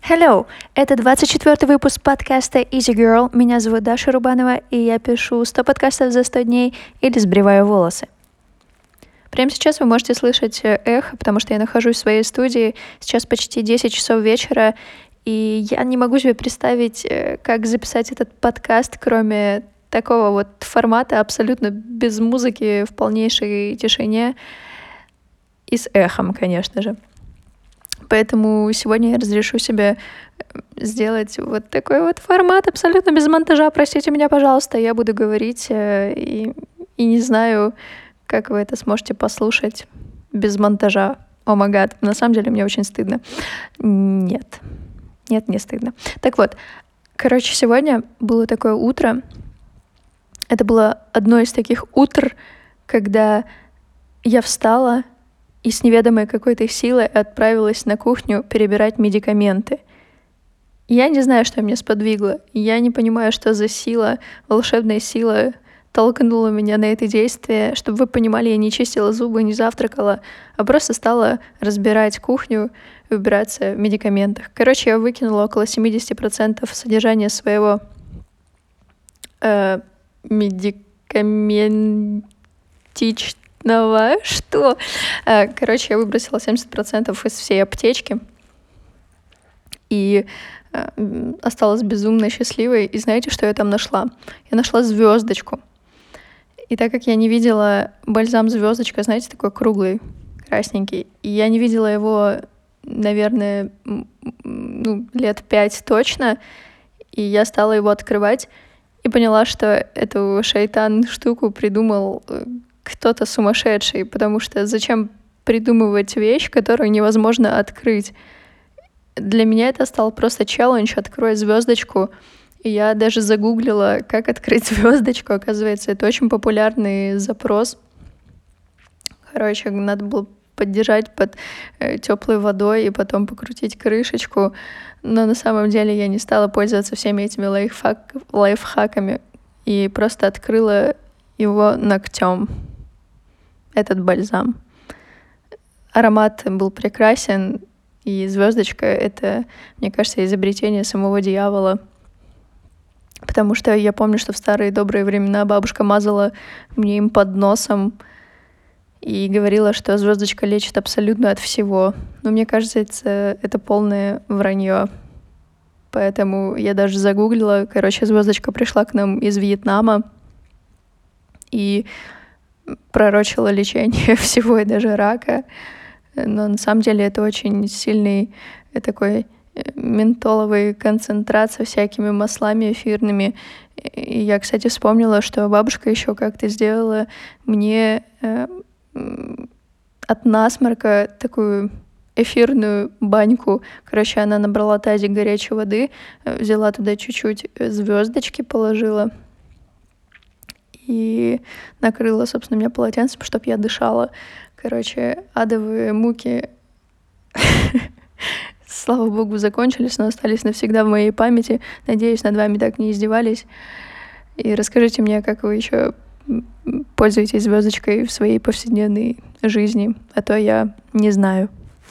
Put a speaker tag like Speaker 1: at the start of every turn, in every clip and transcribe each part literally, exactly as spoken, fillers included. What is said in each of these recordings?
Speaker 1: Hello! Это двадцать четвёртый выпуск подкаста Easy Girl. Меня зовут Даша Рубанова, и я пишу сто подкастов за сто дней или сбриваю волосы. Прямо сейчас вы можете слышать эхо, потому что я нахожусь в своей студии. Сейчас почти десять часов вечера, и я не могу себе представить, как записать этот подкаст, кроме такого вот формата, абсолютно без музыки, в полнейшей тишине и с эхом, конечно же. Поэтому сегодня я разрешу себе сделать вот такой вот формат абсолютно без монтажа. Простите меня, пожалуйста, я буду говорить и, и не знаю, как вы это сможете послушать без монтажа. О май гад, на самом деле мне очень стыдно. Нет, нет, не стыдно. Так вот, короче, сегодня было такое утро. Это было одно из таких утр, когда я встала и с неведомой какой-то силой отправилась на кухню перебирать медикаменты. Я не знаю, что меня сподвигло. Я не понимаю, что за сила, волшебная сила толкнула меня на это действие. Чтобы вы понимали, я не чистила зубы, не завтракала, а просто стала разбирать кухню и убираться в медикаментах. Короче, я выкинула около семьдесят процентов содержания своего э, медикаментичного. Что? Короче, я выбросила семьдесят процентов из всей аптечки и э, осталась безумно счастливой. И знаете, что я там нашла? Я нашла звездочку. И так как я не видела бальзам звездочка, знаете, такой круглый, красненький, и я не видела его, наверное, ну, лет пять точно, и я стала его открывать и поняла, что эту шайтан-штуку придумал кто-то сумасшедший, потому что зачем придумывать вещь, которую невозможно открыть? Для меня это стал просто челлендж «Открой звездочку». И я даже загуглила, как открыть звездочку. Оказывается, это очень популярный запрос. Короче, надо было поддержать под э, теплой водой и потом покрутить крышечку. Но на самом деле я не стала пользоваться всеми этими лайфхак... лайфхаками и просто открыла его ногтем. Этот бальзам. Аромат был прекрасен, и звездочка — это, мне кажется, изобретение самого дьявола. Потому что я помню, что в старые добрые времена бабушка мазала мне им под носом и говорила, что звездочка лечит абсолютно от всего. Но мне кажется, это, это полное вранье. Поэтому я даже загуглила. Короче, звездочка пришла к нам из Вьетнама и пророчила лечение всего и даже рака. Но на самом деле это очень сильный такой ментоловый концентрат со всякими маслами эфирными. И я, кстати, вспомнила, что бабушка еще как-то сделала мне э, от насморка такую эфирную баньку. Короче, она набрала тазик горячей воды, взяла туда чуть-чуть звездочки, положила и накрыла, собственно, меня полотенцем, чтобы я дышала. Короче, адовые муки, слава богу, закончились, но остались навсегда в моей памяти. Надеюсь, над вами так не издевались. И расскажите мне, как вы еще пользуетесь звездочкой в своей повседневной жизни, а то я не знаю.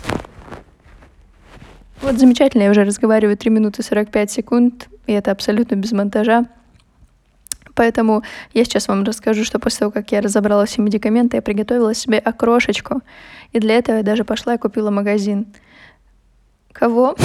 Speaker 1: Вот замечательно, я уже разговариваю три минуты сорок пять секунд, и это абсолютно без монтажа. Поэтому я сейчас вам расскажу, что после того, как я разобрала все медикаменты, я приготовила себе окрошечку. И для этого я даже пошла и купила магазин. Кого?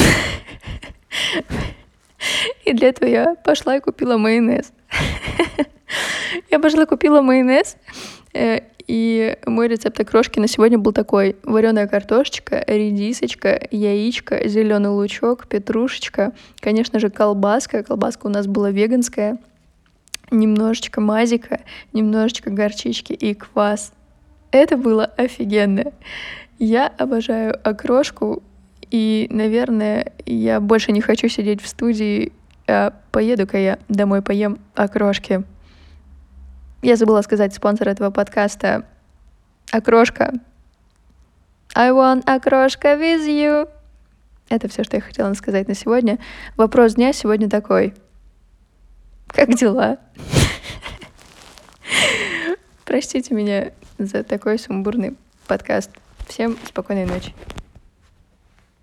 Speaker 1: И для этого я пошла и купила майонез. Я пошла купила майонез, и мой рецепт окрошки на сегодня был такой: вареная картошечка, редисочка, яичко, зеленый лучок, петрушечка, конечно же, колбаска. Колбаска у нас была веганская. Немножечко мазика, немножечко горчички и квас. Это было офигенно. Я обожаю окрошку, и, наверное, я больше не хочу сидеть в студии, а поеду-ка я домой поем окрошки. Я забыла сказать спонсор этого подкаста. Окрошка. I want окрошка with you. Это все, что я хотела сказать на сегодня. Вопрос дня сегодня такой: как дела? Простите меня за такой сумбурный подкаст. Всем спокойной ночи.